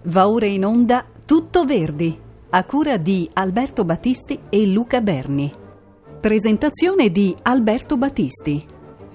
Va ora in onda Tutto Verdi, a cura di Alberto Battisti e Luca Berni. Presentazione di Alberto Battisti.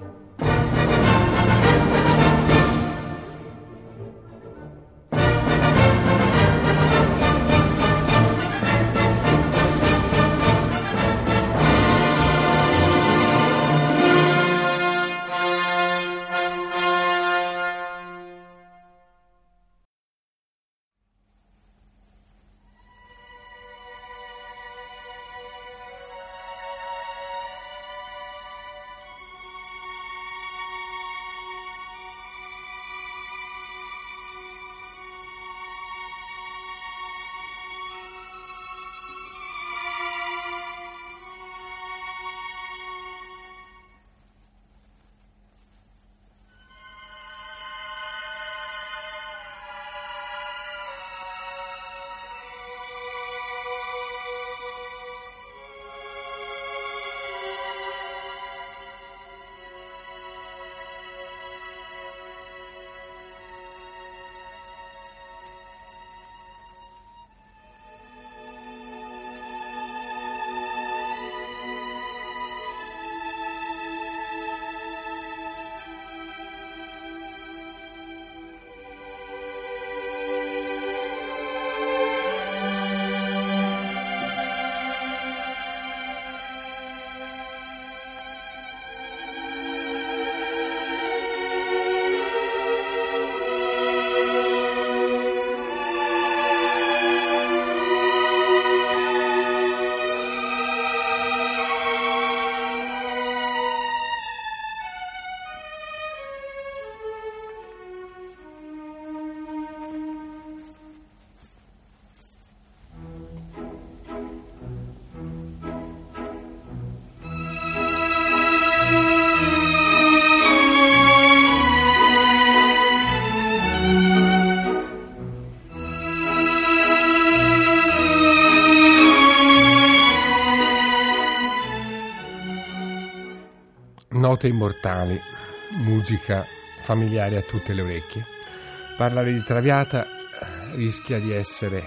Note immortali, musica familiare a tutte le orecchie. Parlare di Traviata rischia di essere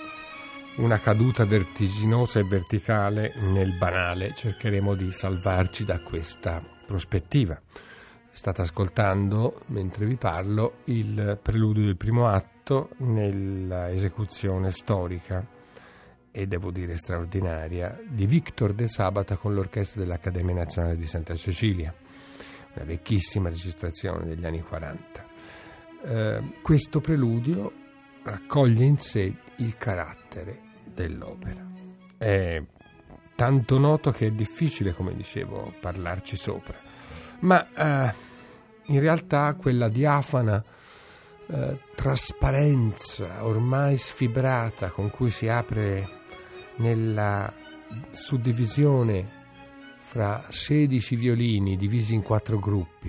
una caduta vertiginosa e verticale nel banale. Cercheremo di salvarci da questa prospettiva. State ascoltando, mentre vi parlo, il preludio del primo atto nella esecuzione storica e devo dire straordinaria di Victor De Sabata con l'orchestra dell'Accademia Nazionale di Santa Cecilia, una vecchissima registrazione degli anni 40. Questo preludio raccoglie in sé il carattere dell'opera. È tanto noto che è difficile, come dicevo, parlarci sopra, ma in realtà quella diafana trasparenza ormai sfibrata con cui si apre nella suddivisione fra 16 violini divisi in 4 gruppi,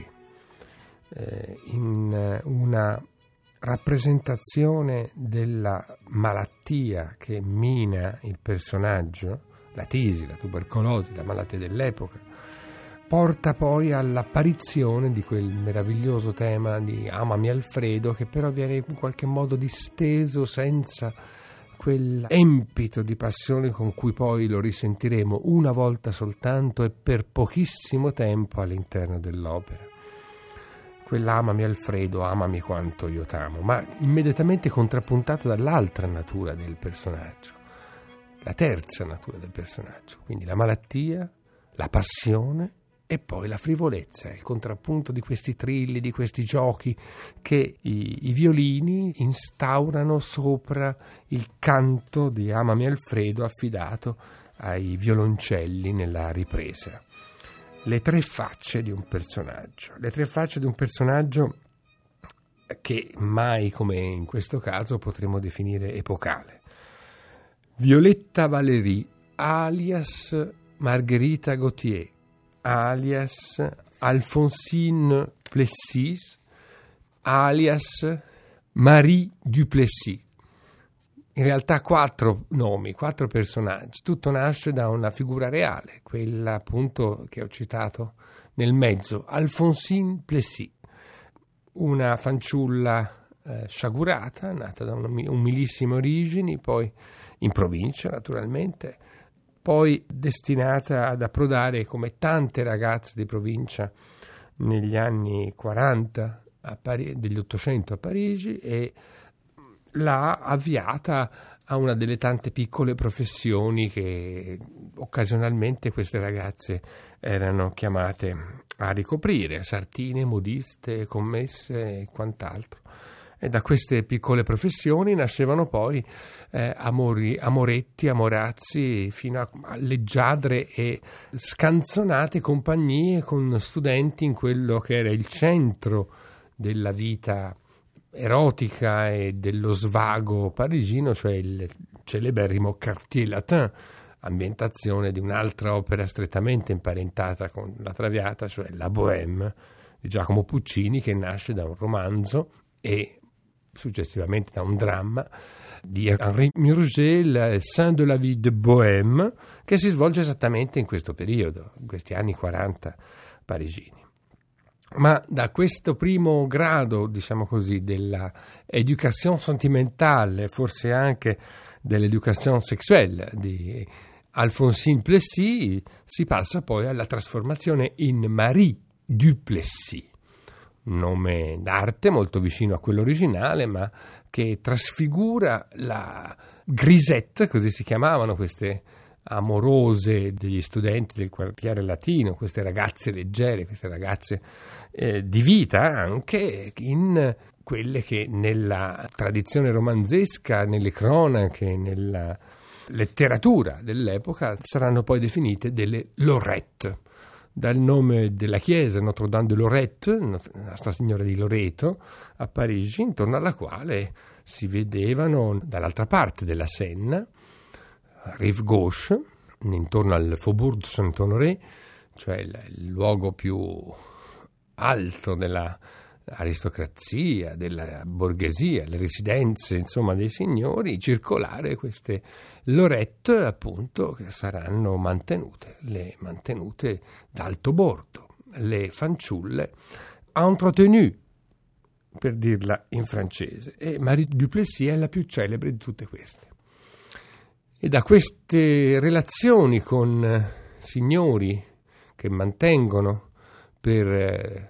in una rappresentazione della malattia che mina il personaggio, la tisi, la tubercolosi, la malattia dell'epoca, porta poi all'apparizione di quel meraviglioso tema di Amami Alfredo, che però viene in qualche modo disteso senza quell'empito di passione con cui poi lo risentiremo una volta soltanto e per pochissimo tempo all'interno dell'opera. Quell'amami Alfredo, amami quanto io t'amo, ma immediatamente contrappuntato dall'altra natura del personaggio, la terza natura del personaggio, quindi la malattia, la passione e poi la frivolezza, il contrappunto di questi trilli, di questi giochi che i violini instaurano sopra il canto di Amami Alfredo affidato ai violoncelli nella ripresa. Le tre facce di un personaggio, che mai come in questo caso potremmo definire epocale. Violetta Valéry, alias Margherita Gautier, alias Alphonsine Plessis, alias Marie Duplessis. In realtà 4 nomi, 4 personaggi. Tutto nasce da una figura reale, quella appunto che ho citato nel mezzo, Alphonsine Plessis, una fanciulla sciagurata, nata da umilissime origini, poi in provincia naturalmente, poi destinata ad approdare come tante ragazze di provincia negli anni 40 dell'Ottocento a Parigi, e l'ha avviata a una delle tante piccole professioni che occasionalmente queste ragazze erano chiamate a ricoprire: sartine, modiste, commesse e quant'altro. E da queste piccole professioni nascevano poi amoretti, amorazzi, fino a leggiadre e scanzonate compagnie con studenti in quello che era il centro della vita erotica e dello svago parigino, cioè il celeberrimo Quartier Latin, ambientazione di un'altra opera strettamente imparentata con la Traviata, cioè La Bohème di Giacomo Puccini, che nasce da un romanzo e successivamente da un dramma di Henri Murger, Le Saint de la Vie de Bohème, che si svolge esattamente in questo periodo, in questi anni 40 parigini. Ma da questo primo grado, diciamo così, della education sentimentale, forse anche dell'education sexuelle di Alphonsine Plessis, si passa poi alla trasformazione in Marie Duplessis, un nome d'arte molto vicino a quello originale, ma che trasfigura la grisette, così si chiamavano queste amorose degli studenti del quartiere latino, queste ragazze leggere, queste ragazze di vita, anche in quelle che nella tradizione romanzesca, nelle cronache, nella letteratura dell'epoca saranno poi definite delle Lorette, dal nome della chiesa Notre-Dame de Lorette, Nostra Signora di Loreto, a Parigi, intorno alla quale si vedevano dall'altra parte della Senna, rive gauche, intorno al Faubourg Saint-Honoré, cioè il luogo più alto dell'aristocrazia, della borghesia, le residenze insomma dei signori, circolare queste lorette, appunto, che saranno le mantenute d'alto bordo, le fanciulle entretenues, per dirla in francese, e Marie Duplessis è la più celebre di tutte queste. E da queste relazioni con signori che mantengono per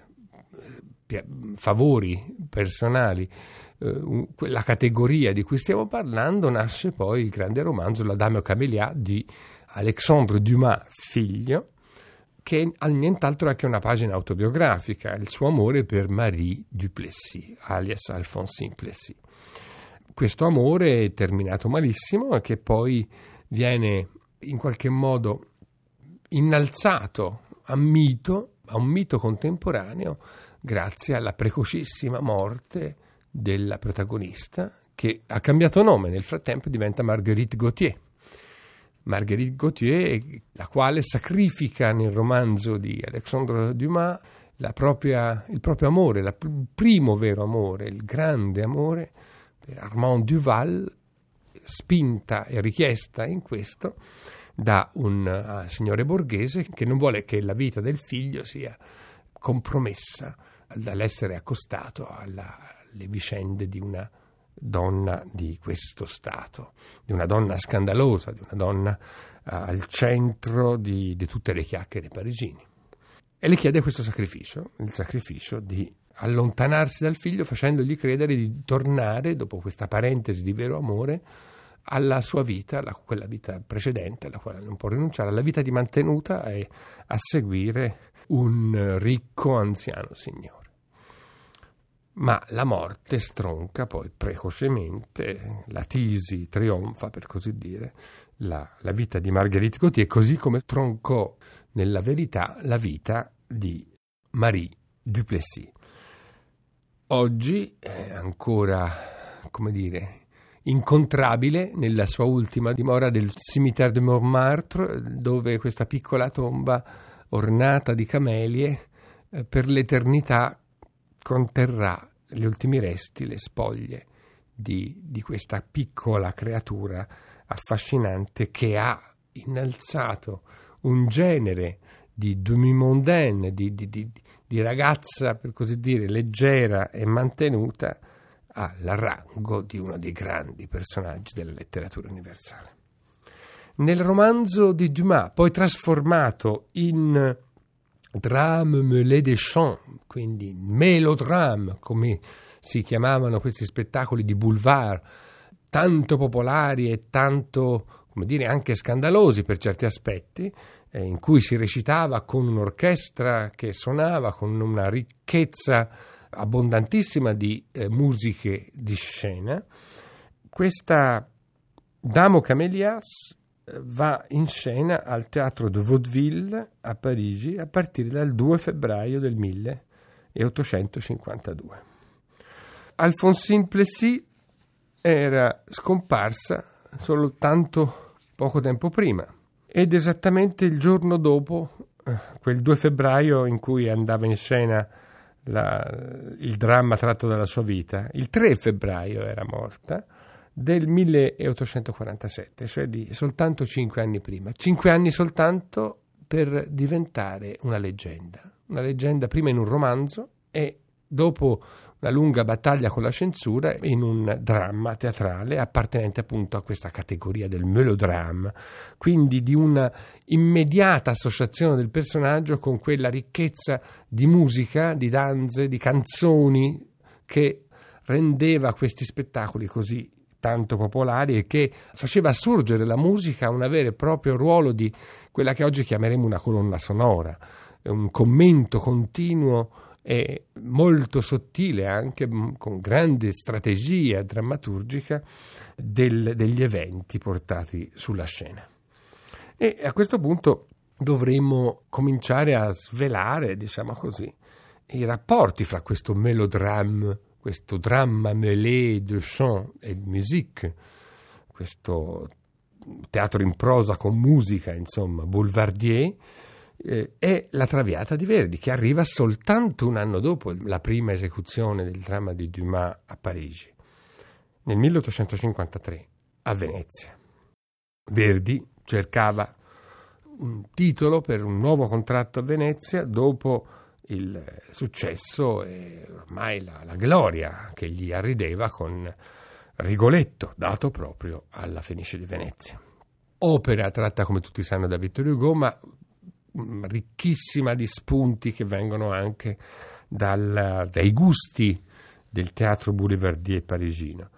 favori personali la categoria di cui stiamo parlando, nasce poi il grande romanzo La Dame aux Camélias di Alexandre Dumas figlio, che nient'altro è che una pagina autobiografica, il suo amore per Marie Duplessis, alias Alphonsine Plessis. Questo amore è terminato malissimo e che poi viene in qualche modo innalzato a un mito contemporaneo grazie alla precocissima morte della protagonista, che ha cambiato nome, nel frattempo diventa Marguerite Gautier. Marguerite Gautier, la quale sacrifica nel romanzo di Alexandre Dumas il proprio amore, il primo vero amore, il grande amore per Armand Duval, spinta e richiesta in questo da un signore borghese che non vuole che la vita del figlio sia compromessa dall'essere accostato alle vicende di una donna di questo stato, di una donna scandalosa, di una donna al centro di tutte le chiacchiere parigine. E le chiede questo sacrificio, il sacrificio di allontanarsi dal figlio, facendogli credere di tornare, dopo questa parentesi di vero amore, alla sua vita, quella vita precedente, alla quale non può rinunciare, alla vita di mantenuta, e a seguire un ricco anziano signore. Ma la morte stronca poi precocemente, la tisi trionfa, per così dire, la vita di Marguerite Gautier, così come troncò nella verità la vita di Marie Duplessis. Oggi è ancora, come dire, incontrabile nella sua ultima dimora del Cimetière de Montmartre, dove questa piccola tomba ornata di camelie per l'eternità conterrà gli ultimi resti, le spoglie di questa piccola creatura affascinante che ha innalzato un genere di demi-mondaine, di ragazza, per così dire, leggera e mantenuta, al rango di uno dei grandi personaggi della letteratura universale. Nel romanzo di Dumas, poi trasformato in drame mêlé des chants, quindi melodrame, come si chiamavano questi spettacoli di boulevard, tanto popolari e tanto, come dire, anche scandalosi per certi aspetti, in cui si recitava con un'orchestra che suonava, con una ricchezza abbondantissima di musiche di scena. Questa Dame aux Camélias va in scena al Théâtre de Vaudeville a Parigi a partire dal 2 febbraio del 1852. Alphonsine Plessis era scomparsa soltanto poco tempo prima ed esattamente il giorno dopo, quel 2 febbraio in cui andava in scena il dramma tratto dalla sua vita, il 3 febbraio era morta, del 1847, cioè di soltanto 5 anni prima. 5 anni soltanto per diventare una leggenda prima in un romanzo e dopo una lunga battaglia con la censura in un dramma teatrale appartenente appunto a questa categoria del melodrama, quindi di una immediata associazione del personaggio con quella ricchezza di musica, di danze, di canzoni che rendeva questi spettacoli così tanto popolari e che faceva assurgere la musica a un vero e proprio ruolo di quella che oggi chiameremo una colonna sonora, un commento continuo e molto sottile, anche con grande strategia drammaturgica degli eventi portati sulla scena. E a questo punto dovremmo cominciare a svelare, diciamo così, i rapporti fra questo melodrama, questo dramma mêlé de chant et de musique, questo teatro in prosa con musica, insomma, boulevardier, e la Traviata di Verdi, che arriva soltanto un anno dopo la prima esecuzione del dramma di Dumas a Parigi, nel 1853, a Venezia. Verdi cercava un titolo per un nuovo contratto a Venezia dopo il successo e ormai la gloria che gli arrideva con Rigoletto, dato proprio alla Fenice di Venezia. Opera tratta, come tutti sanno, da Victor Hugo, ma ricchissima di spunti che vengono anche dai gusti del teatro boulevardier parigino.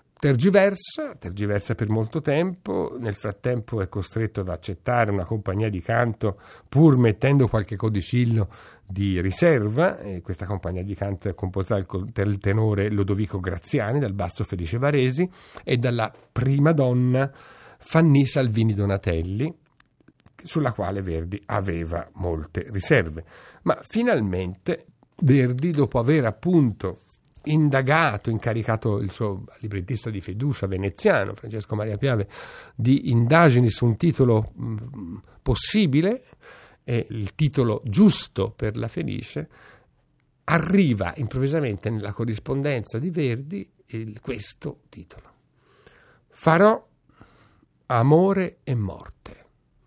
Tergiversa per molto tempo, nel frattempo è costretto ad accettare una compagnia di canto pur mettendo qualche codicillo di riserva, e questa compagnia di canto è composta dal tenore Lodovico Graziani, dal basso Felice Varesi e dalla prima donna Fanny Salvini Donatelli, sulla quale Verdi aveva molte riserve. Ma finalmente Verdi, dopo aver appunto incaricato il suo librettista di fiducia veneziano, Francesco Maria Piave, di indagini su un titolo possibile, e il titolo giusto per la Fenice, arriva improvvisamente nella corrispondenza di Verdi questo titolo: Farò amore e morte,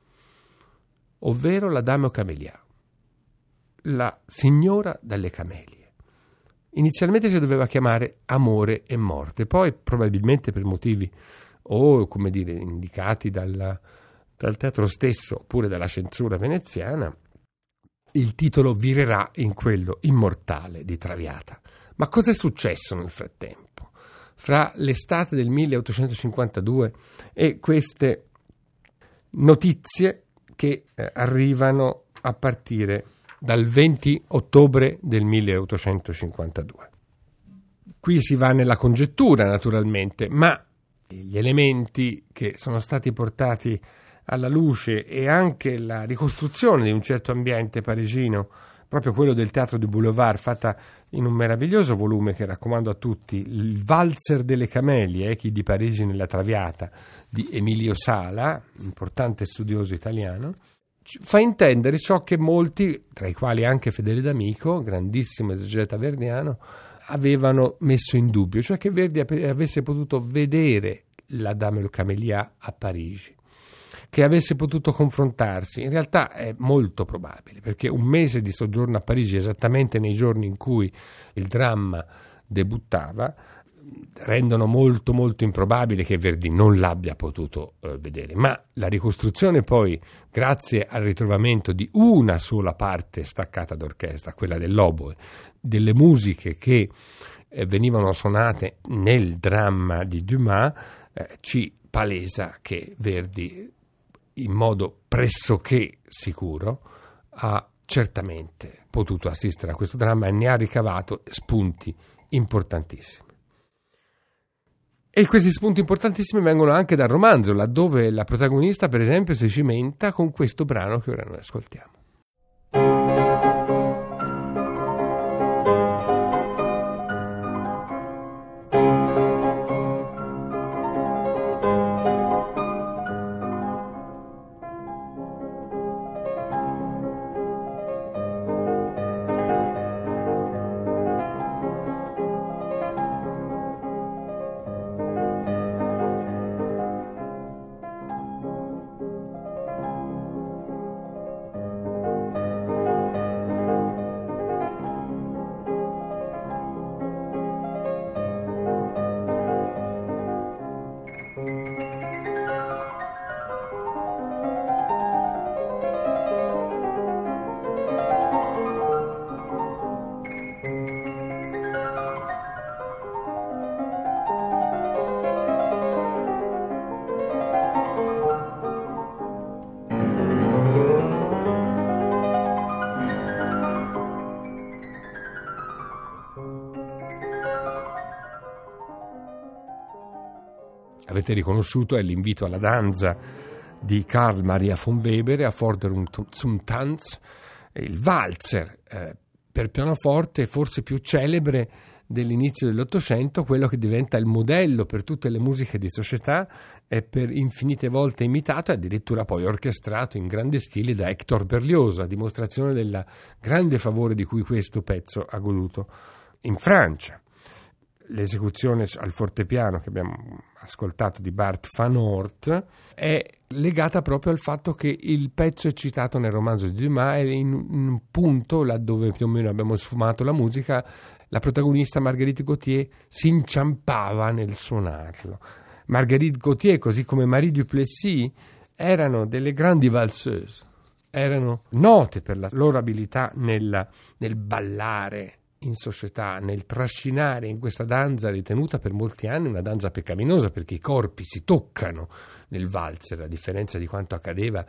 ovvero la Dame aux Camélias, la signora dalle camelie. Inizialmente si doveva chiamare Amore e Morte, poi probabilmente per motivi indicati dal teatro stesso oppure dalla censura veneziana, il titolo virerà in quello immortale di Traviata. Ma cosa è successo nel frattempo? Fra l'estate del 1852 e queste notizie che arrivano a partire dal 20 ottobre del 1852. Qui si va nella congettura, naturalmente, ma gli elementi che sono stati portati alla luce e anche la ricostruzione di un certo ambiente parigino, proprio quello del teatro di Boulevard, fatta in un meraviglioso volume che raccomando a tutti, il Valzer delle Camelie, Echi di Parigi nella Traviata, di Emilio Sala, importante studioso italiano, fa intendere ciò che molti, tra i quali anche Fedele D'Amico, grandissimo esegeta verdiano, avevano messo in dubbio, cioè che Verdi avesse potuto vedere la Dame aux Camélias a Parigi, che avesse potuto confrontarsi. In realtà è molto probabile, perché un mese di soggiorno a Parigi, esattamente nei giorni in cui il dramma debuttava, rendono molto molto improbabile che Verdi non l'abbia potuto vedere, ma la ricostruzione poi, grazie al ritrovamento di una sola parte staccata d'orchestra, quella dell'oboe, delle musiche che venivano suonate nel dramma di Dumas, ci palesa che Verdi, in modo pressoché sicuro, ha certamente potuto assistere a questo dramma e ne ha ricavato spunti importantissimi. E questi spunti importantissimi vengono anche dal romanzo, laddove la protagonista, per esempio, si cimenta con questo brano che ora noi ascoltiamo. Avete riconosciuto, è l'invito alla danza di Karl Maria von Weber, Aufforderung zum Tanz, il valzer per pianoforte forse più celebre dell'inizio dell'Ottocento, quello che diventa il modello per tutte le musiche di società e per infinite volte imitato e addirittura poi orchestrato in grande stile da Hector Berlioz, a dimostrazione del grande favore di cui questo pezzo ha goduto in Francia. L'esecuzione al fortepiano che abbiamo ascoltato di Bart van Oort è legata proprio al fatto che il pezzo è citato nel romanzo di Dumas e in un punto, laddove più o meno abbiamo sfumato la musica, la protagonista Marguerite Gautier si inciampava nel suonarlo. Marguerite Gautier, così come Marie Duplessis, erano delle grandi valseuse, erano note per la loro abilità nel ballare in società, nel trascinare in questa danza ritenuta per molti anni una danza peccaminosa, perché i corpi si toccano nel valzer, a differenza di quanto accadeva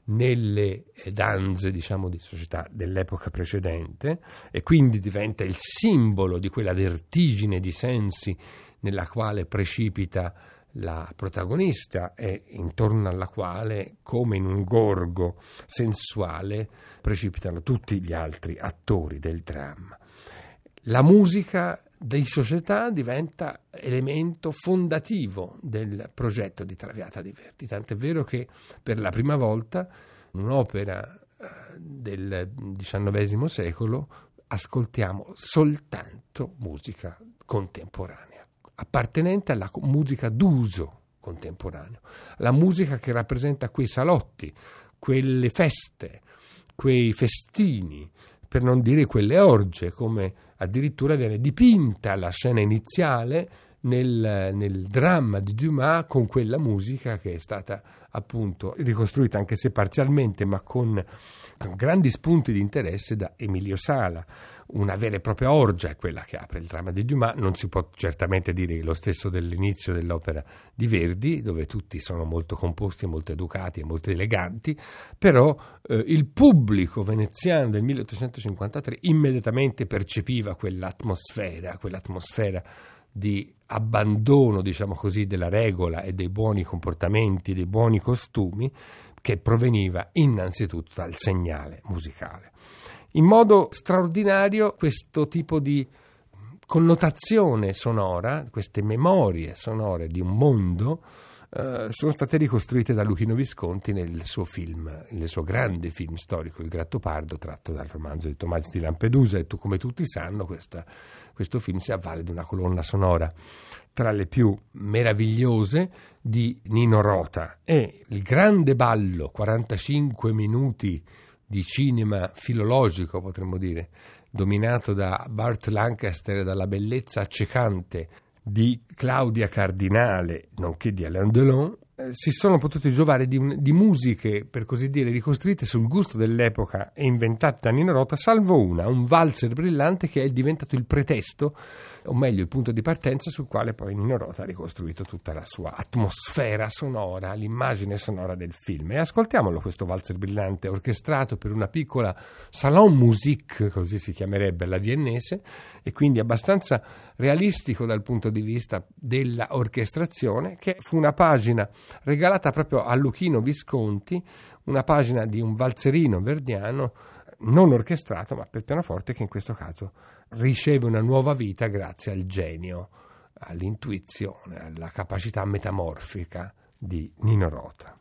nelle danze, diciamo, di società dell'epoca precedente, e quindi diventa il simbolo di quella vertigine di sensi nella quale precipita la protagonista e intorno alla quale, come in un gorgo sensuale, precipitano tutti gli altri attori del dramma. La musica di società diventa elemento fondativo del progetto di Traviata di Verdi, tant'è vero che per la prima volta in un'opera del XIX secolo ascoltiamo soltanto musica contemporanea, appartenente alla musica d'uso contemporaneo, la musica che rappresenta quei salotti, quelle feste, quei festini, per non dire quelle orge, come addirittura viene dipinta la scena iniziale nel dramma di Dumas con quella musica che è stata appunto ricostruita, anche se parzialmente, ma con grandi spunti di interesse da Emilio Sala. Una vera e propria orgia è quella che apre il dramma di Dumas. Non si può certamente dire lo stesso dell'inizio dell'opera di Verdi, dove tutti sono molto composti, molto educati e molto eleganti, però il pubblico veneziano del 1853 immediatamente percepiva quell'atmosfera di abbandono, diciamo così, della regola e dei buoni comportamenti, dei buoni costumi, che proveniva innanzitutto dal segnale musicale. In modo straordinario questo tipo di connotazione sonora, queste memorie sonore di un mondo, sono state ricostruite da Luchino Visconti nel suo grande film storico, Il Gattopardo, tratto dal romanzo di Tommaso di Lampedusa, e come tutti sanno questo film si avvale di una colonna sonora tra le più meravigliose di Nino Rota, e il grande ballo, 45 minuti di cinema filologico, potremmo dire, dominato da Burt Lancaster e dalla bellezza accecante di Claudia Cardinale, nonché di Alain Delon, si sono potuti giovare di musiche, per così dire, ricostruite sul gusto dell'epoca e inventate da Nino Rota, salvo un valzer brillante che è diventato il pretesto, o meglio il punto di partenza sul quale poi Nino Rota ha ricostruito tutta la sua atmosfera sonora, l'immagine sonora del film. E ascoltiamolo questo valzer brillante orchestrato per una piccola salon musique, così si chiamerebbe alla viennese, e quindi abbastanza realistico dal punto di vista della orchestrazione, che fu una pagina regalata proprio a Luchino Visconti, una pagina di un valzerino verdiano non orchestrato ma per pianoforte, che in questo caso riceve una nuova vita grazie al genio, all'intuizione, alla capacità metamorfica di Nino Rota.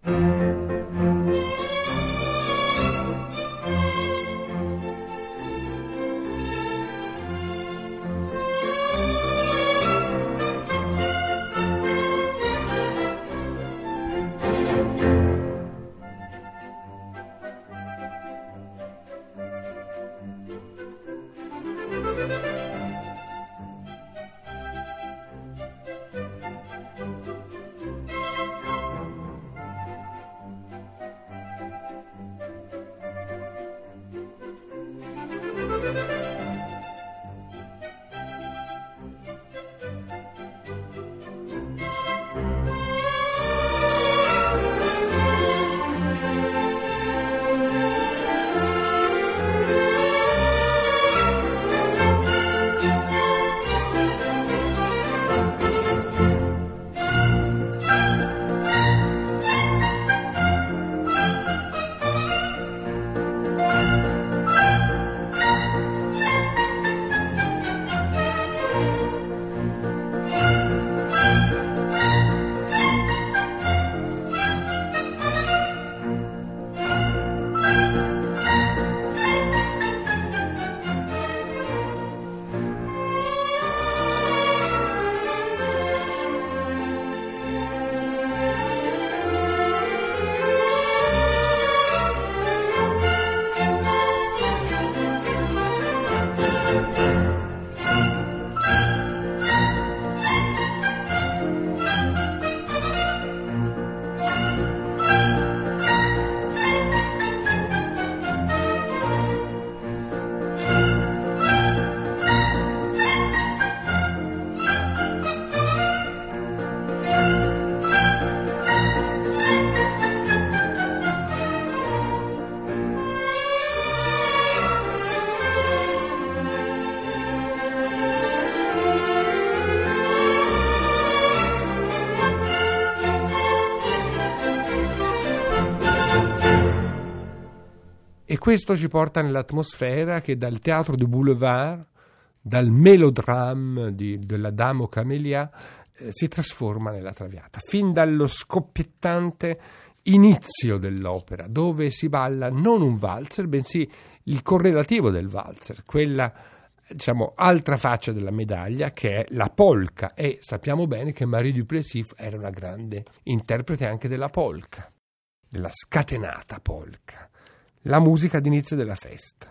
E questo ci porta nell'atmosfera che dal Théâtre du Boulevard, dal melodrama della Dame aux Camélias, si trasforma nella Traviata, fin dallo scoppiettante inizio dell'opera, dove si balla non un valzer, bensì il correlativo del valzer, quella, diciamo, altra faccia della medaglia che è la polka. E sappiamo bene che Marie Duplessis era una grande interprete anche della polka, della scatenata polka, la musica d'inizio della festa.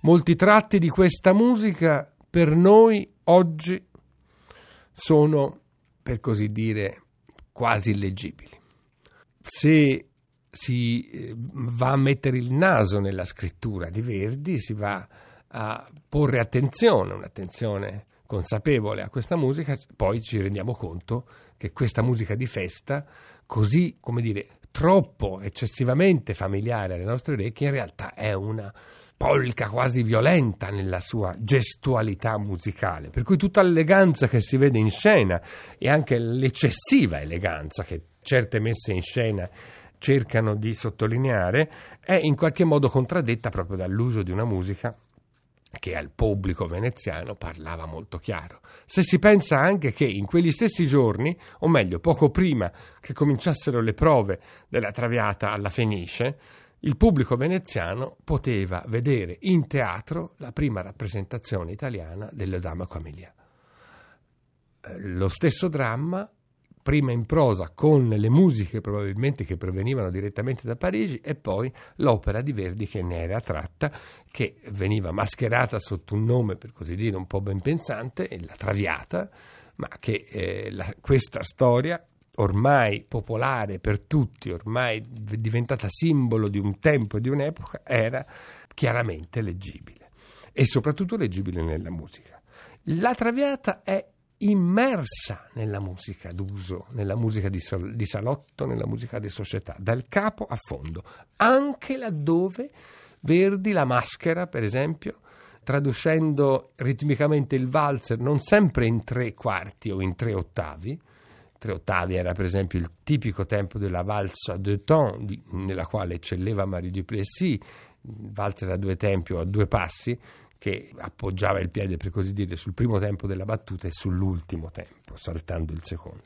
Molti tratti di questa musica per noi oggi sono, per così dire, quasi illeggibili. Se si va a mettere il naso nella scrittura di Verdi, si va a porre un'attenzione consapevole a questa musica, poi ci rendiamo conto che questa musica di festa, così, come dire, troppo eccessivamente familiare alle nostre orecchie, in realtà è una polca quasi violenta nella sua gestualità musicale, per cui tutta l'eleganza che si vede in scena e anche l'eccessiva eleganza che certe messe in scena cercano di sottolineare è in qualche modo contraddetta proprio dall'uso di una musica che al pubblico veneziano parlava molto chiaro. Se si pensa anche che in quegli stessi giorni, o meglio poco prima che cominciassero le prove della Traviata alla Fenice, il pubblico veneziano poteva vedere in teatro la prima rappresentazione italiana dello Dama Camillia. Lo stesso dramma, prima in prosa con le musiche probabilmente che provenivano direttamente da Parigi, e poi l'opera di Verdi che ne era tratta, che veniva mascherata sotto un nome per così dire un po' ben pensante, la Traviata, ma che questa storia ormai popolare per tutti, ormai diventata simbolo di un tempo e di un'epoca, era chiaramente leggibile e soprattutto leggibile nella musica. La Traviata è immersa nella musica d'uso, nella musica di salotto, nella musica di società, dal capo a fondo, anche laddove Verdi la maschera, per esempio, traducendo ritmicamente il valzer non sempre in 3/4 o in 3/8. 3/8 era per esempio il tipico tempo della valse à deux temps, nella quale eccelleva Marie Duplessis, il valzer a 2 tempi o a 2 passi, che appoggiava il piede, per così dire, sul primo tempo della battuta e sull'ultimo tempo, saltando il secondo.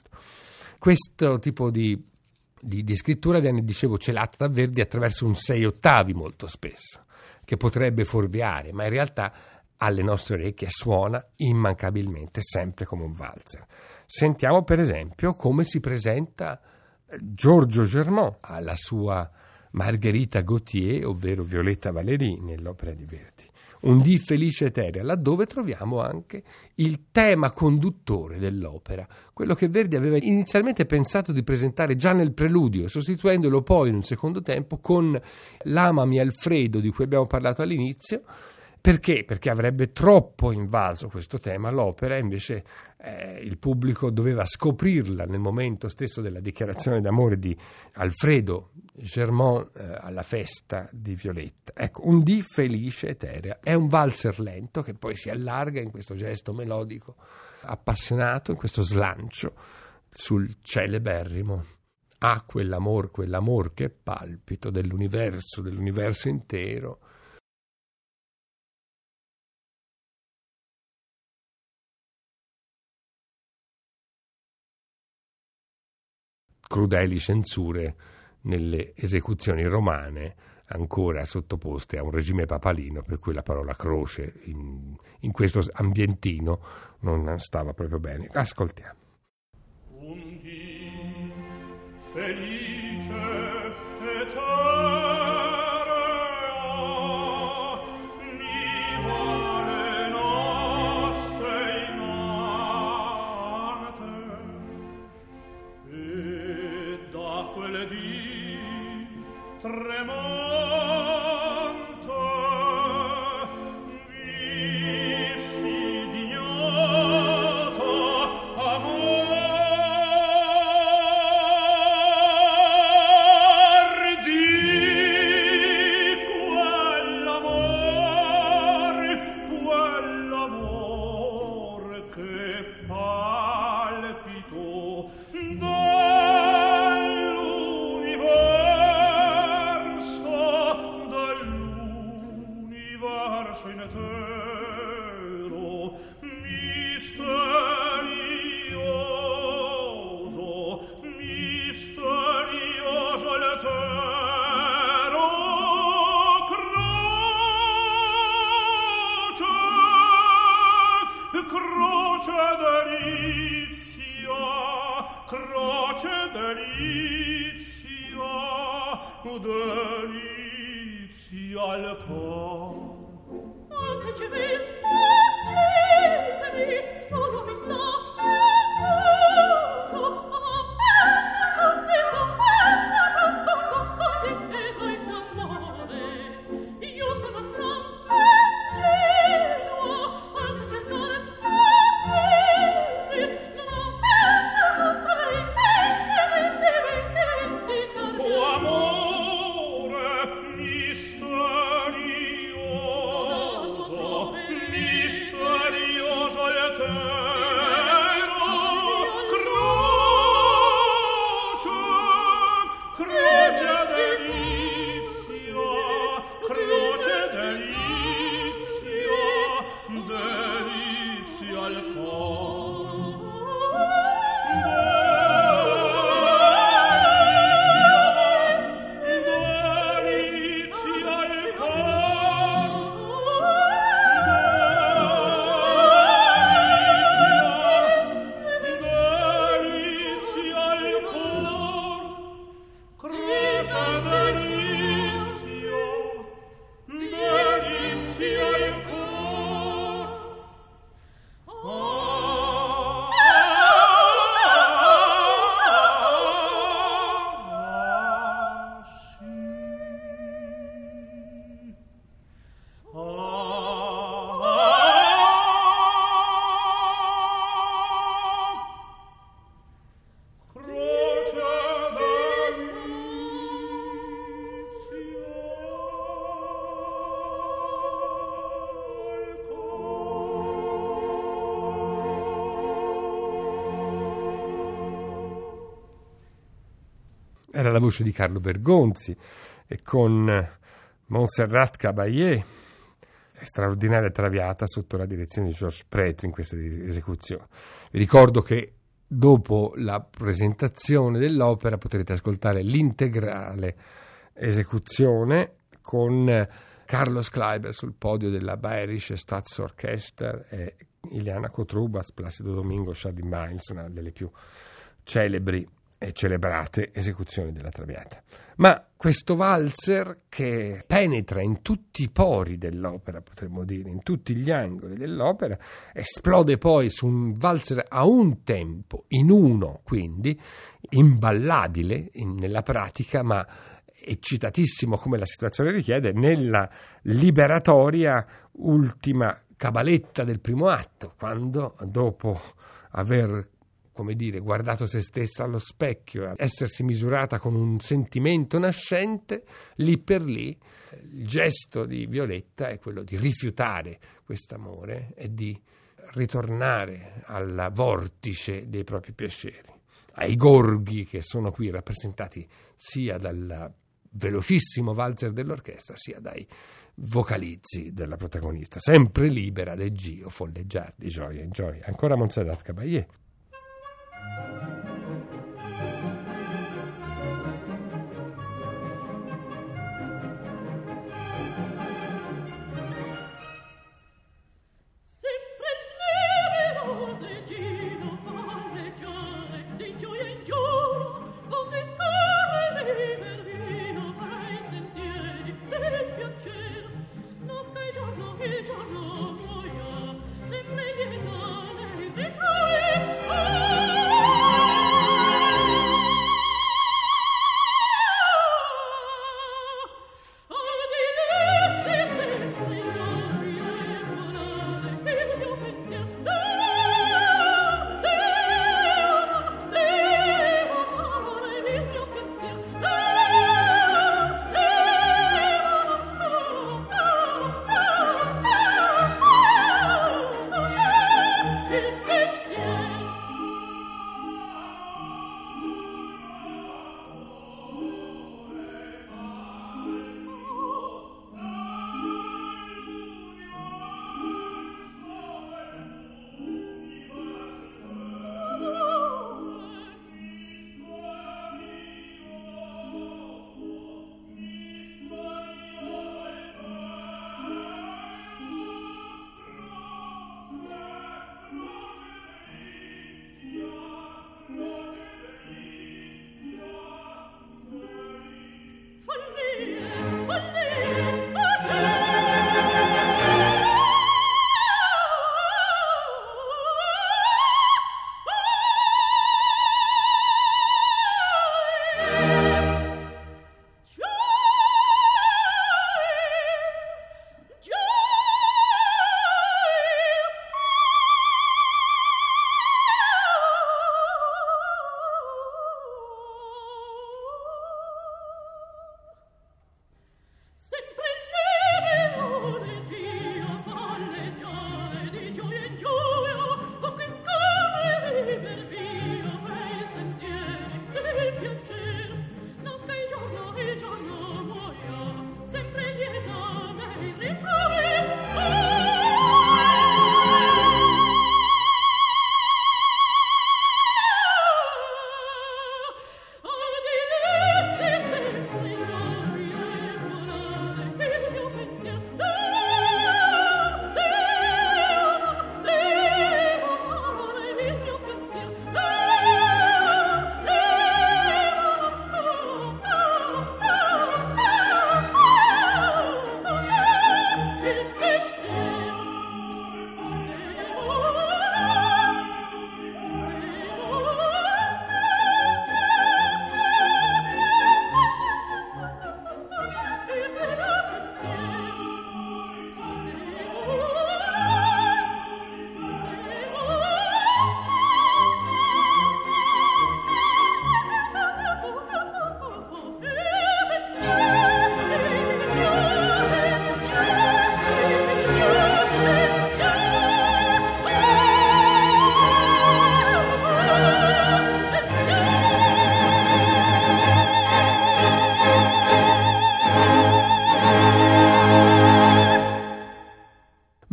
Questo tipo di scrittura viene, dicevo, celata da Verdi attraverso un 6/8 molto spesso, che potrebbe fuorviare, ma in realtà alle nostre orecchie suona immancabilmente sempre come un valzer. Sentiamo per esempio come si presenta Giorgio Germont alla sua Margherita Gautier, ovvero Violetta Valéry, nell'opera di Verdi. Un dì felice eterea, laddove troviamo anche il tema conduttore dell'opera, quello che Verdi aveva inizialmente pensato di presentare già nel preludio, sostituendolo poi in un secondo tempo con l'Amami Alfredo di cui abbiamo parlato all'inizio. Perché? Perché avrebbe troppo invaso questo tema l'opera, e invece il pubblico doveva scoprirla nel momento stesso della dichiarazione d'amore di Alfredo Germont alla festa di Violetta. Ecco, un dì felice eterea. È un valzer lento che poi si allarga in questo gesto melodico appassionato, in questo slancio sul celeberrimo "Ah, quell'amor che palpito dell'universo intero". Crudeli censure nelle esecuzioni romane ancora sottoposte a un regime papalino, per cui la parola croce in questo ambientino non stava proprio bene. Ascoltiamo. Un dì felice eterea viva le nostre innate, e da quel dì tremante vissi d'ignoto amor di quell'amor che palpito dell'universo intero, misterioso letero, croce delizia, delizia al cor. Era la voce di Carlo Bergonzi e con Montserrat Caballé, straordinaria traviata sotto la direzione di Georges Prêtre in questa esecuzione. Vi ricordo che dopo la presentazione dell'opera potrete ascoltare l'integrale esecuzione con Carlos Kleiber sul podio della Bayerische Staatsorchester e Iliana Kotrubas, Placido Domingo, Charlie Miles, una delle più celebri e celebrate esecuzioni della Traviata. Ma questo valzer che penetra in tutti i pori dell'opera, potremmo dire, in tutti gli angoli dell'opera, esplode poi su un valzer a un tempo, in uno, quindi imballabile nella pratica, ma eccitatissimo come la situazione richiede, nella liberatoria ultima cabaletta del primo atto, quando dopo aver guardato se stessa allo specchio, essersi misurata con un sentimento nascente, lì per lì il gesto di Violetta è quello di rifiutare quest'amore e di ritornare al vortice dei propri piaceri, ai gorghi che sono qui rappresentati sia dal velocissimo valzer dell'orchestra sia dai vocalizzi della protagonista, sempre libera del giro, folleggiar di gioia in gioia. Ancora Montserrat Caballé. Oh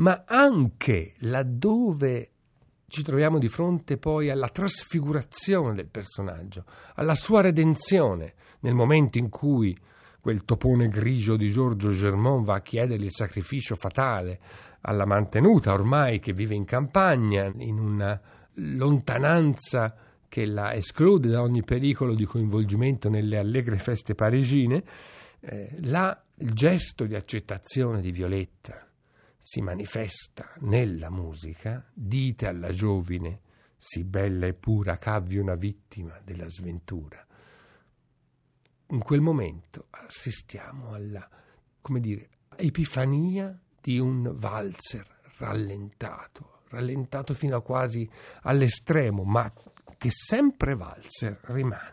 ma anche laddove ci troviamo di fronte poi alla trasfigurazione del personaggio, alla sua redenzione, nel momento in cui quel topone grigio di Giorgio Germont va a chiedere il sacrificio fatale alla mantenuta, ormai che vive in campagna, in una lontananza che la esclude da ogni pericolo di coinvolgimento nelle allegre feste parigine. Là il gesto di accettazione di Violetta si manifesta nella musica. Dite alla giovine, sì bella e pura, c'avvi una vittima della sventura. In quel momento assistiamo alla, come dire, epifania di un valzer rallentato fino a quasi all'estremo, ma che sempre valzer rimane.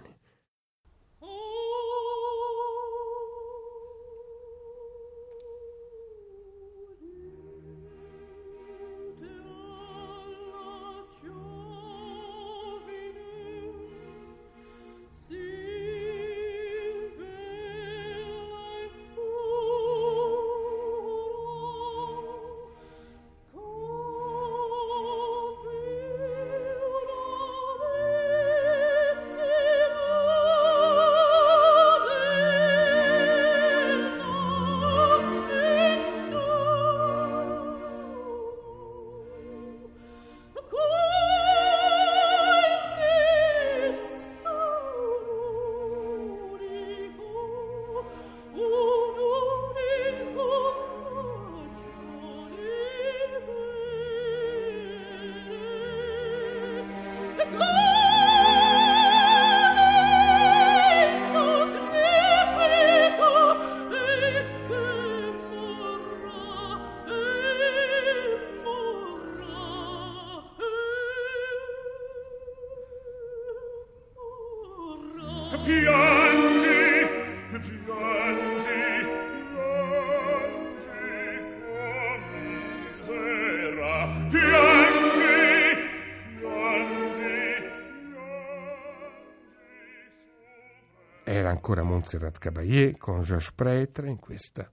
Era ancora Montserrat Caballé con Georges Prêtre in questa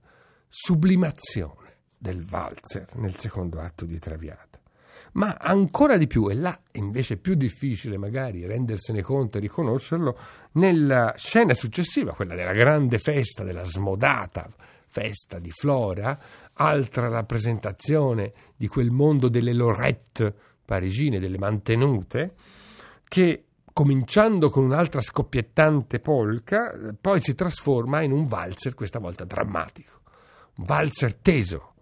sublimazione del valzer nel secondo atto di Traviata. Ma ancora di più, e là invece è più difficile magari rendersene conto e riconoscerlo, nella scena successiva, quella della grande festa, della smodata festa di Flora, altra rappresentazione di quel mondo delle lorette parigine, delle mantenute, che cominciando con un'altra scoppiettante polka, poi si trasforma in un valzer, questa volta drammatico, un valzer teso,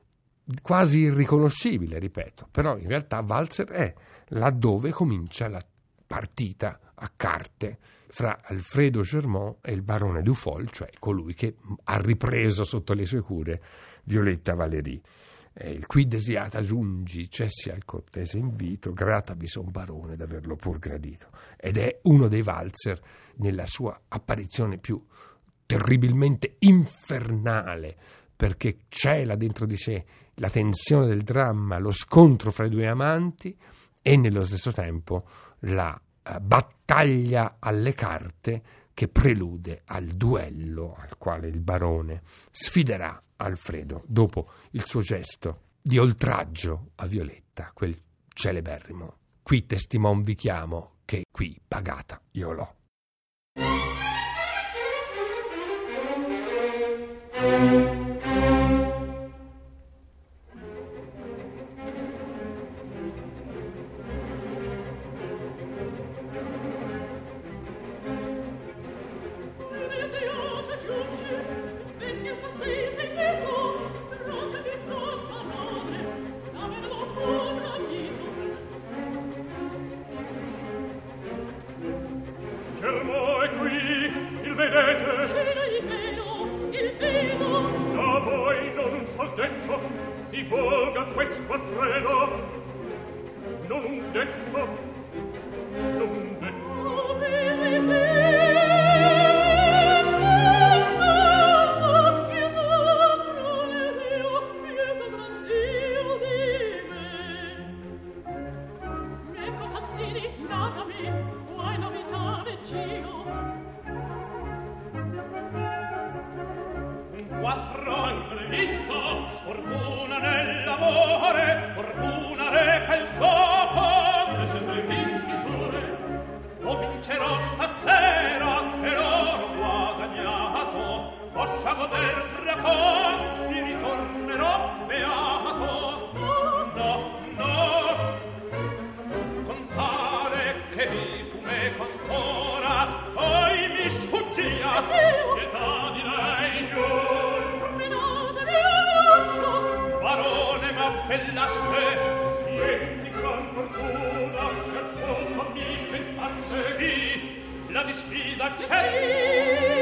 quasi irriconoscibile, ripeto, però in realtà valzer è laddove comincia la partita a carte fra Alfredo Germont e il barone Dufol, cioè colui che ha ripreso sotto le sue cure Violetta Valéry. Il qui desiata giungi, cessi al cortese invito, gratavi son barone d'averlo pur gradito. Ed è uno dei valzer nella sua apparizione più terribilmente infernale, perché cela dentro di sé la tensione del dramma, lo scontro fra i due amanti e nello stesso tempo la battaglia alle carte che prelude al duello al quale il barone sfiderà Alfredo dopo il suo gesto di oltraggio a Violetta, quel celeberrimo qui testimon vi chiamo che qui pagata io l'ho. Si volga questo Alfredo, non un detto, non un quattro al diritto, sfortuna nell'amore, fortuna reca il gioco, e sempre vincitore. Lo vincerò stasera e l'oro guadagnato, poscia goder tra conti, ritornerò beato. No, no, contare che vi fu meco ancora, poi mi sfuggia, pietà di lei, barone m'appellaste, scienzi gran fortuna, che gioco mi tentaste, sì, la disfida c'è.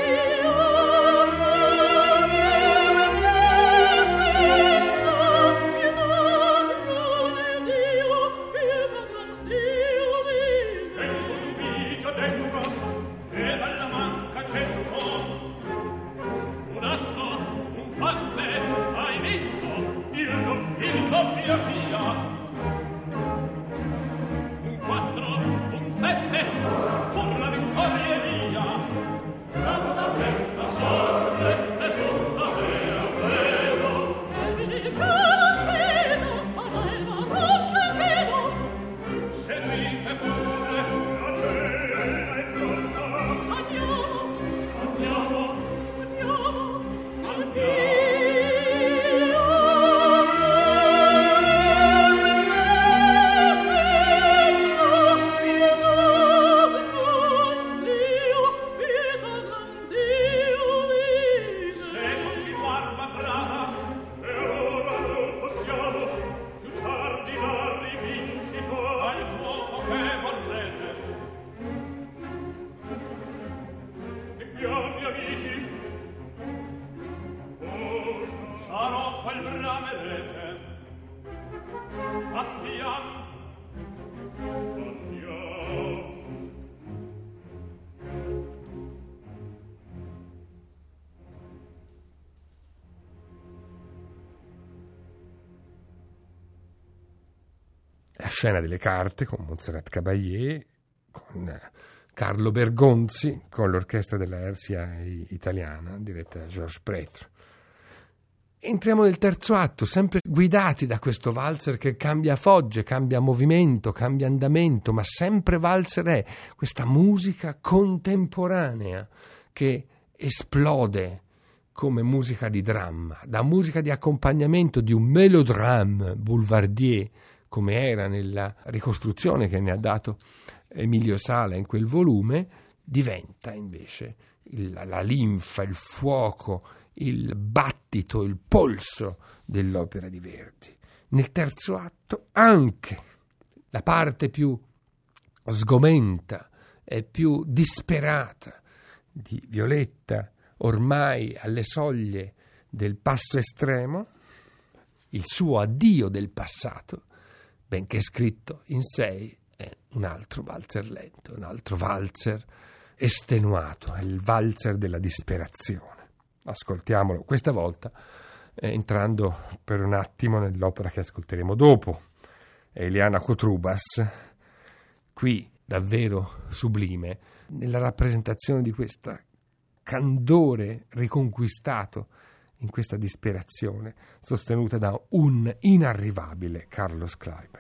La scena delle carte con Montserrat Caballé, con Carlo Bergonzi, con l'orchestra della RCI italiana diretta da Georges Prêtre. Entriamo nel terzo atto, sempre guidati da questo valzer che cambia fogge, cambia movimento, cambia andamento, ma sempre valzer è questa musica contemporanea che esplode come musica di dramma, da musica di accompagnamento di un mélodrame boulevardier, come era nella ricostruzione che ne ha dato Emilio Sala in quel volume, diventa invece la linfa, il fuoco, il battito, il polso dell'opera di Verdi. Nel terzo atto anche la parte più sgomenta e più disperata di Violetta, ormai alle soglie del passo estremo, il suo addio del passato, benché scritto in 6, è un altro valzer lento, un altro valzer estenuato, è il valzer della disperazione. Ascoltiamolo questa volta entrando per un attimo nell'opera che ascolteremo dopo, Eliana Kotrubas, qui davvero sublime nella rappresentazione di questo candore riconquistato in questa disperazione, sostenuta da un inarrivabile Carlos Kleiber.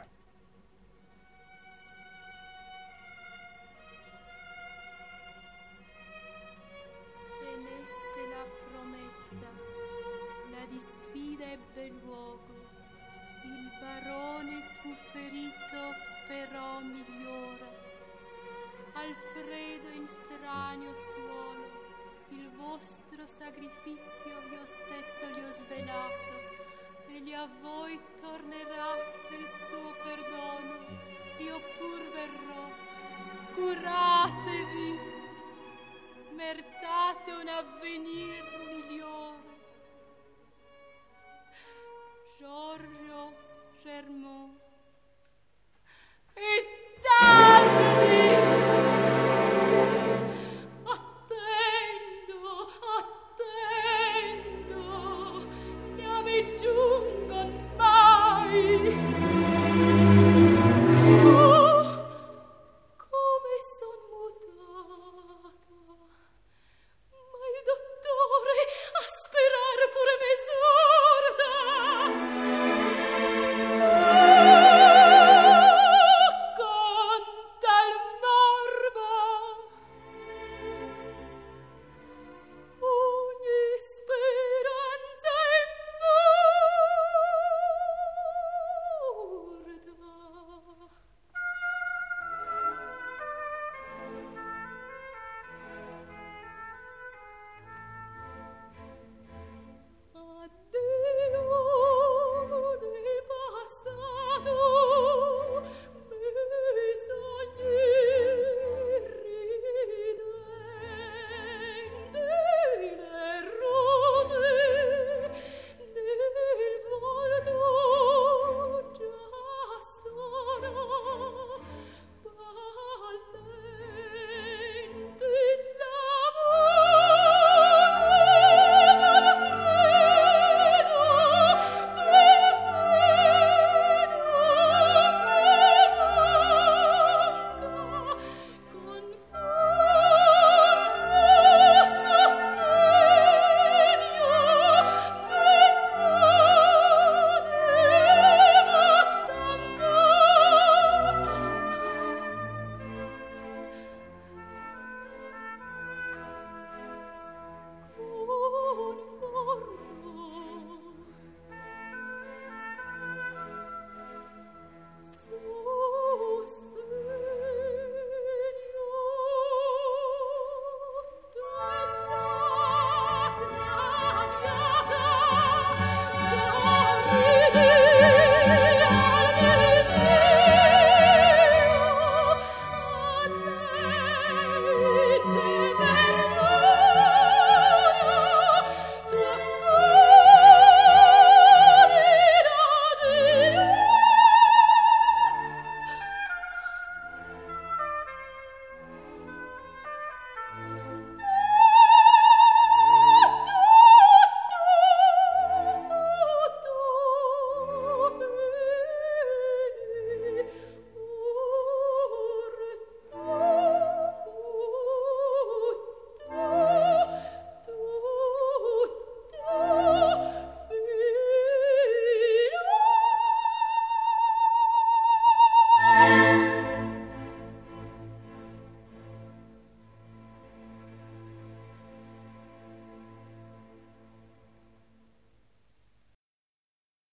Teneste la promessa, la disfida ebbe luogo, il barone fu ferito però migliora, Alfredo in stranio suolo, il vostro sacrificio io stesso gli ho svelato, egli a voi tornerà il suo perdono, io pur verrò, curatevi, meritate un avvenir migliore. Giorgio Germont. E tardi! Ma il dottore a sperar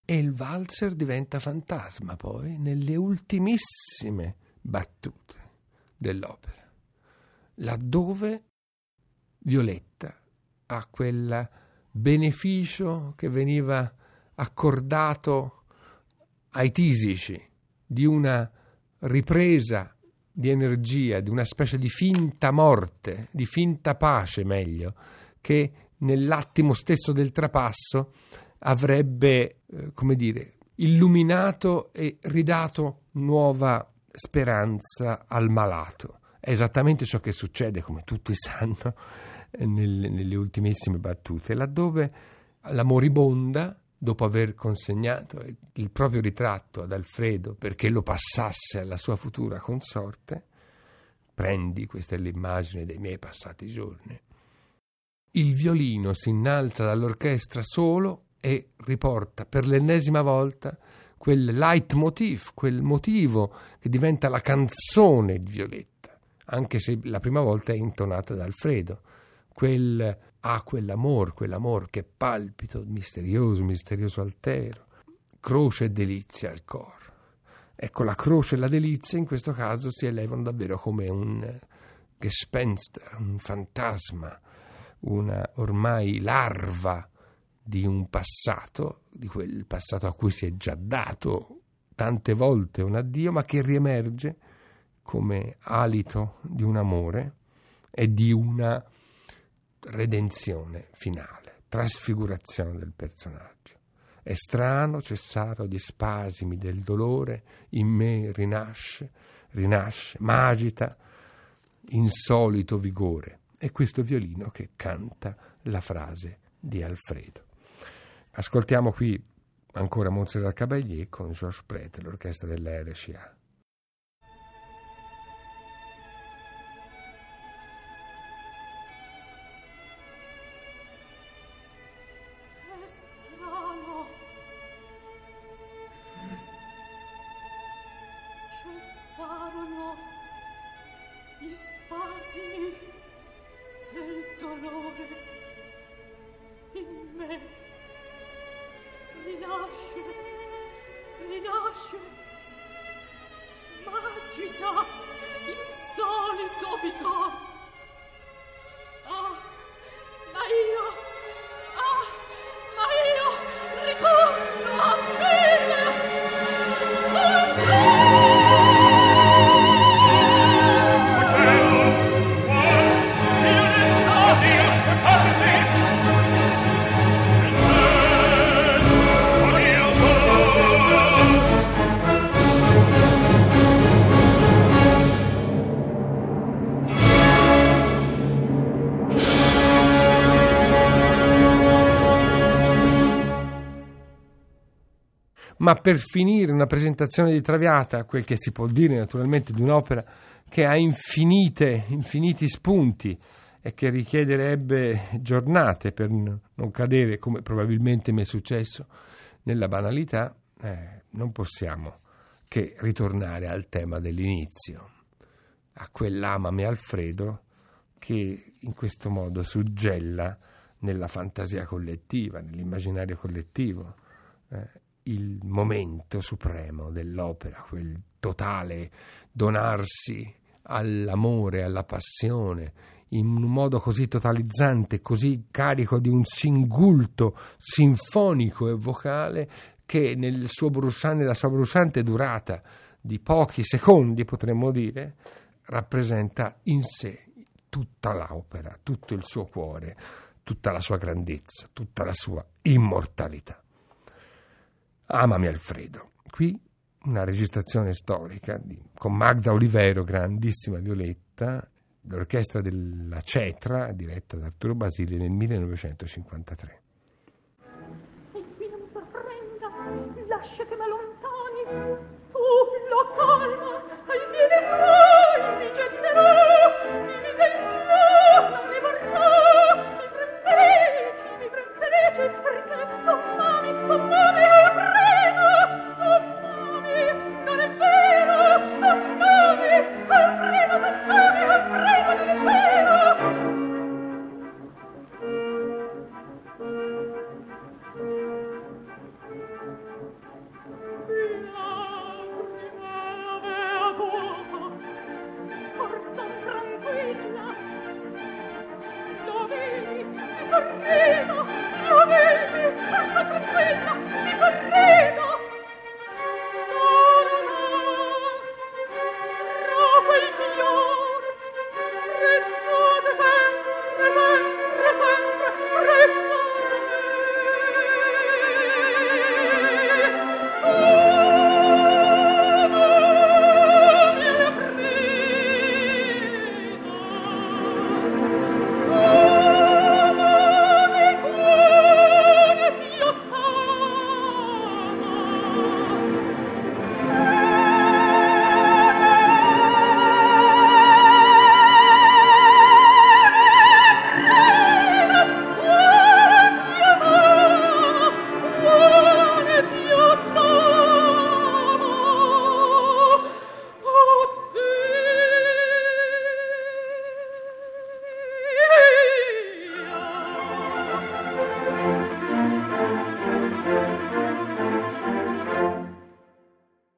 E il valzer diventa fantasma poi nelle ultimissime battute dell'opera, laddove Violetta ha quel beneficio che veniva accordato ai tisici di una ripresa di energia, di una specie di finta morte, di finta pace meglio, che nell'attimo stesso del trapasso avrebbe, illuminato e ridato nuova speranza al malato. È esattamente ciò che succede, come tutti sanno, nelle ultimissime battute, laddove la moribonda, dopo aver consegnato il proprio ritratto ad Alfredo perché lo passasse alla sua futura consorte, prendi, questa è l'immagine dei miei passati giorni, il violino si innalza dall'orchestra solo e riporta per l'ennesima volta quel leitmotiv, quel motivo che diventa la canzone di Violetta, anche se la prima volta è intonata da Alfredo, quell'amor che palpito, misterioso altero, croce e delizia al cor. Ecco, la croce e la delizia in questo caso si elevano davvero come un Gespenster, un fantasma, una ormai larva di un passato, di quel passato a cui si è già dato tante volte un addio, ma che riemerge come alito di un amore e di una redenzione finale, trasfigurazione del personaggio. È strano cessare gli spasimi del dolore, in me rinasce, ma agita insolito vigore. È questo violino che canta la frase di Alfredo. Ascoltiamo qui ancora Montserrat Caballé con Georges Prete, l'orchestra della RCA. Cessarono gli spasimi del dolore in me. Rinasce, m'agita insolito vigor. Ma io ritorno a bene. Ma per finire una presentazione di Traviata, quel che si può dire naturalmente di un'opera che ha infiniti spunti e che richiederebbe giornate per non cadere, come probabilmente mi è successo, nella banalità, non possiamo che ritornare al tema dell'inizio, a quell'amami Alfredo che in questo modo suggella nella fantasia collettiva, nell'immaginario collettivo, il momento supremo dell'opera, quel totale donarsi all'amore, alla passione, in un modo così totalizzante, così carico di un singulto sinfonico e vocale che nella sua bruciante durata di pochi secondi, potremmo dire, rappresenta in sé tutta l'opera, tutto il suo cuore, tutta la sua grandezza, tutta la sua immortalità. Amami Alfredo. Qui una registrazione storica con Magda Olivero, grandissima Violetta, l'orchestra della Cetra, diretta da Arturo Basile nel 1953. E qui non sorprenda, lascia che m'allontani, tu lo calma, ai piedi tuoi mi getterò, mi difenderò, non mi vorrò, mi prenderete, perché amami Alfredo, amami, non è vero, amami Alfredo, non è vero.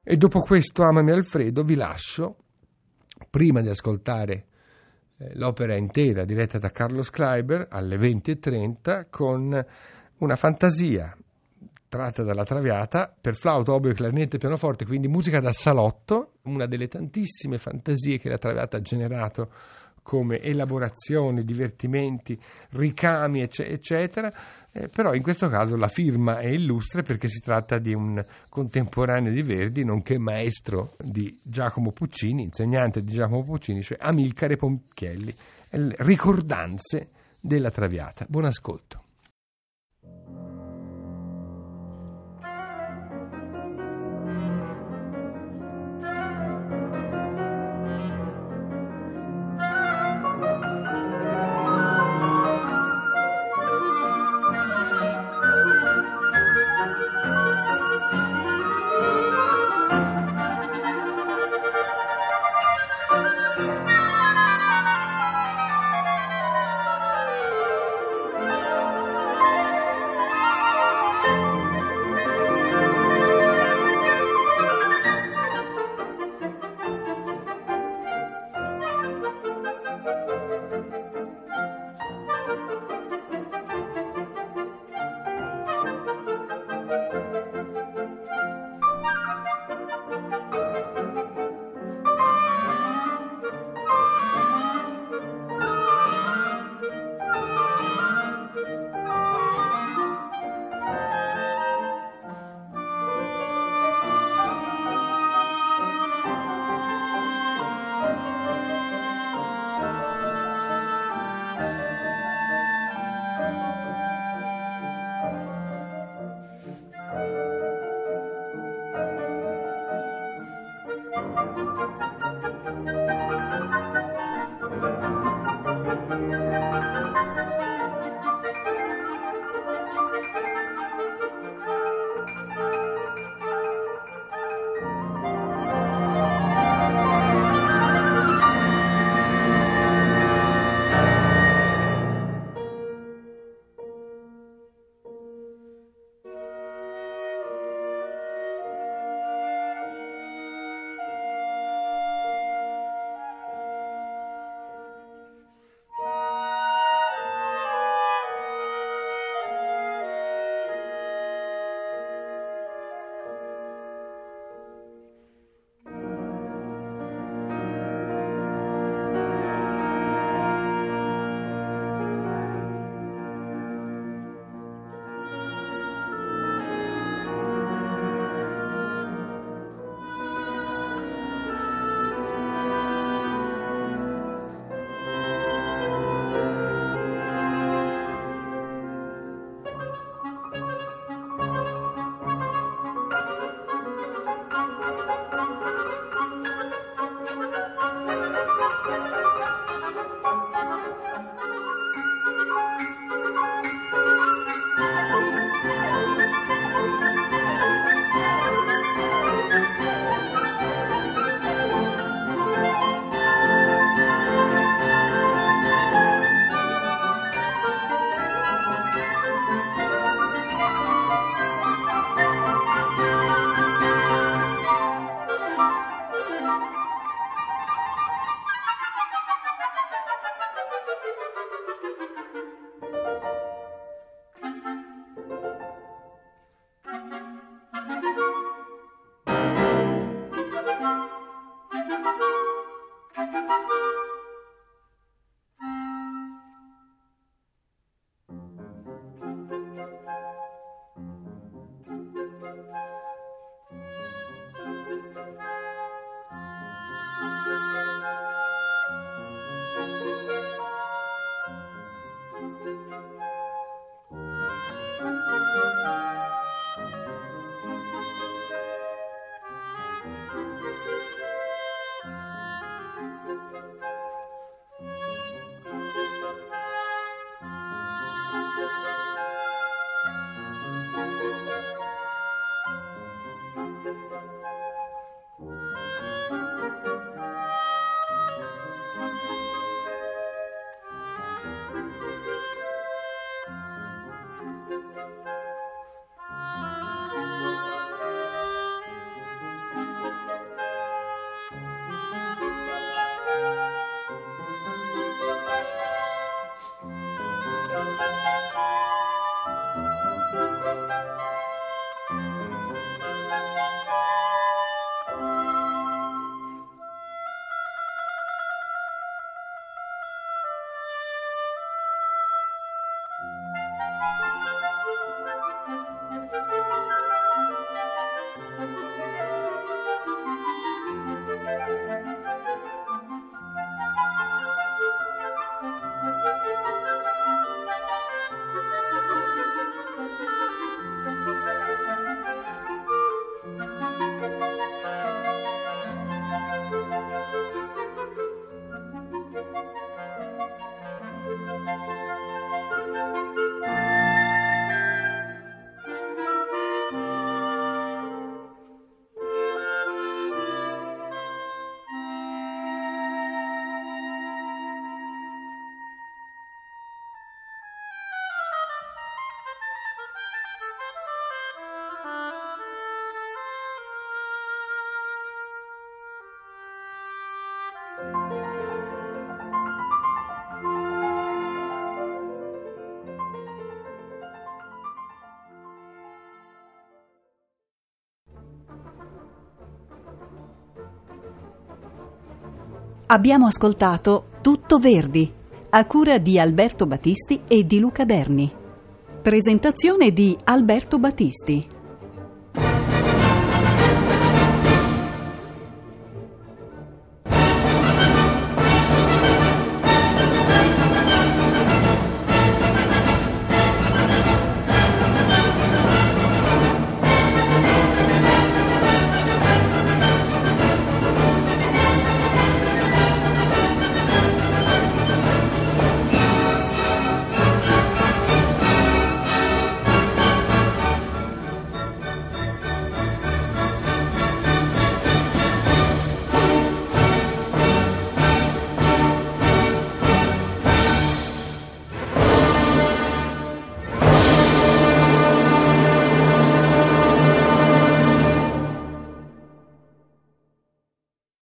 E dopo questo Amami Alfredo vi lascio, prima di ascoltare l'opera intera diretta da Carlos Kleiber alle 20:30 con una fantasia tratta dalla Traviata per flauto, oboe, clarinetto e pianoforte, quindi musica da salotto, una delle tantissime fantasie che la Traviata ha generato come elaborazioni, divertimenti, ricami, eccetera. Però in questo caso la firma è illustre perché si tratta di un contemporaneo di Verdi, nonché maestro di Giacomo Puccini, insegnante di Giacomo Puccini, cioè Amilcare Ponchielli, ricordanze della Traviata. Buon ascolto. Abbiamo ascoltato Tutto Verdi, a cura di Alberto Battisti e di Luca Berni. Presentazione di Alberto Battisti.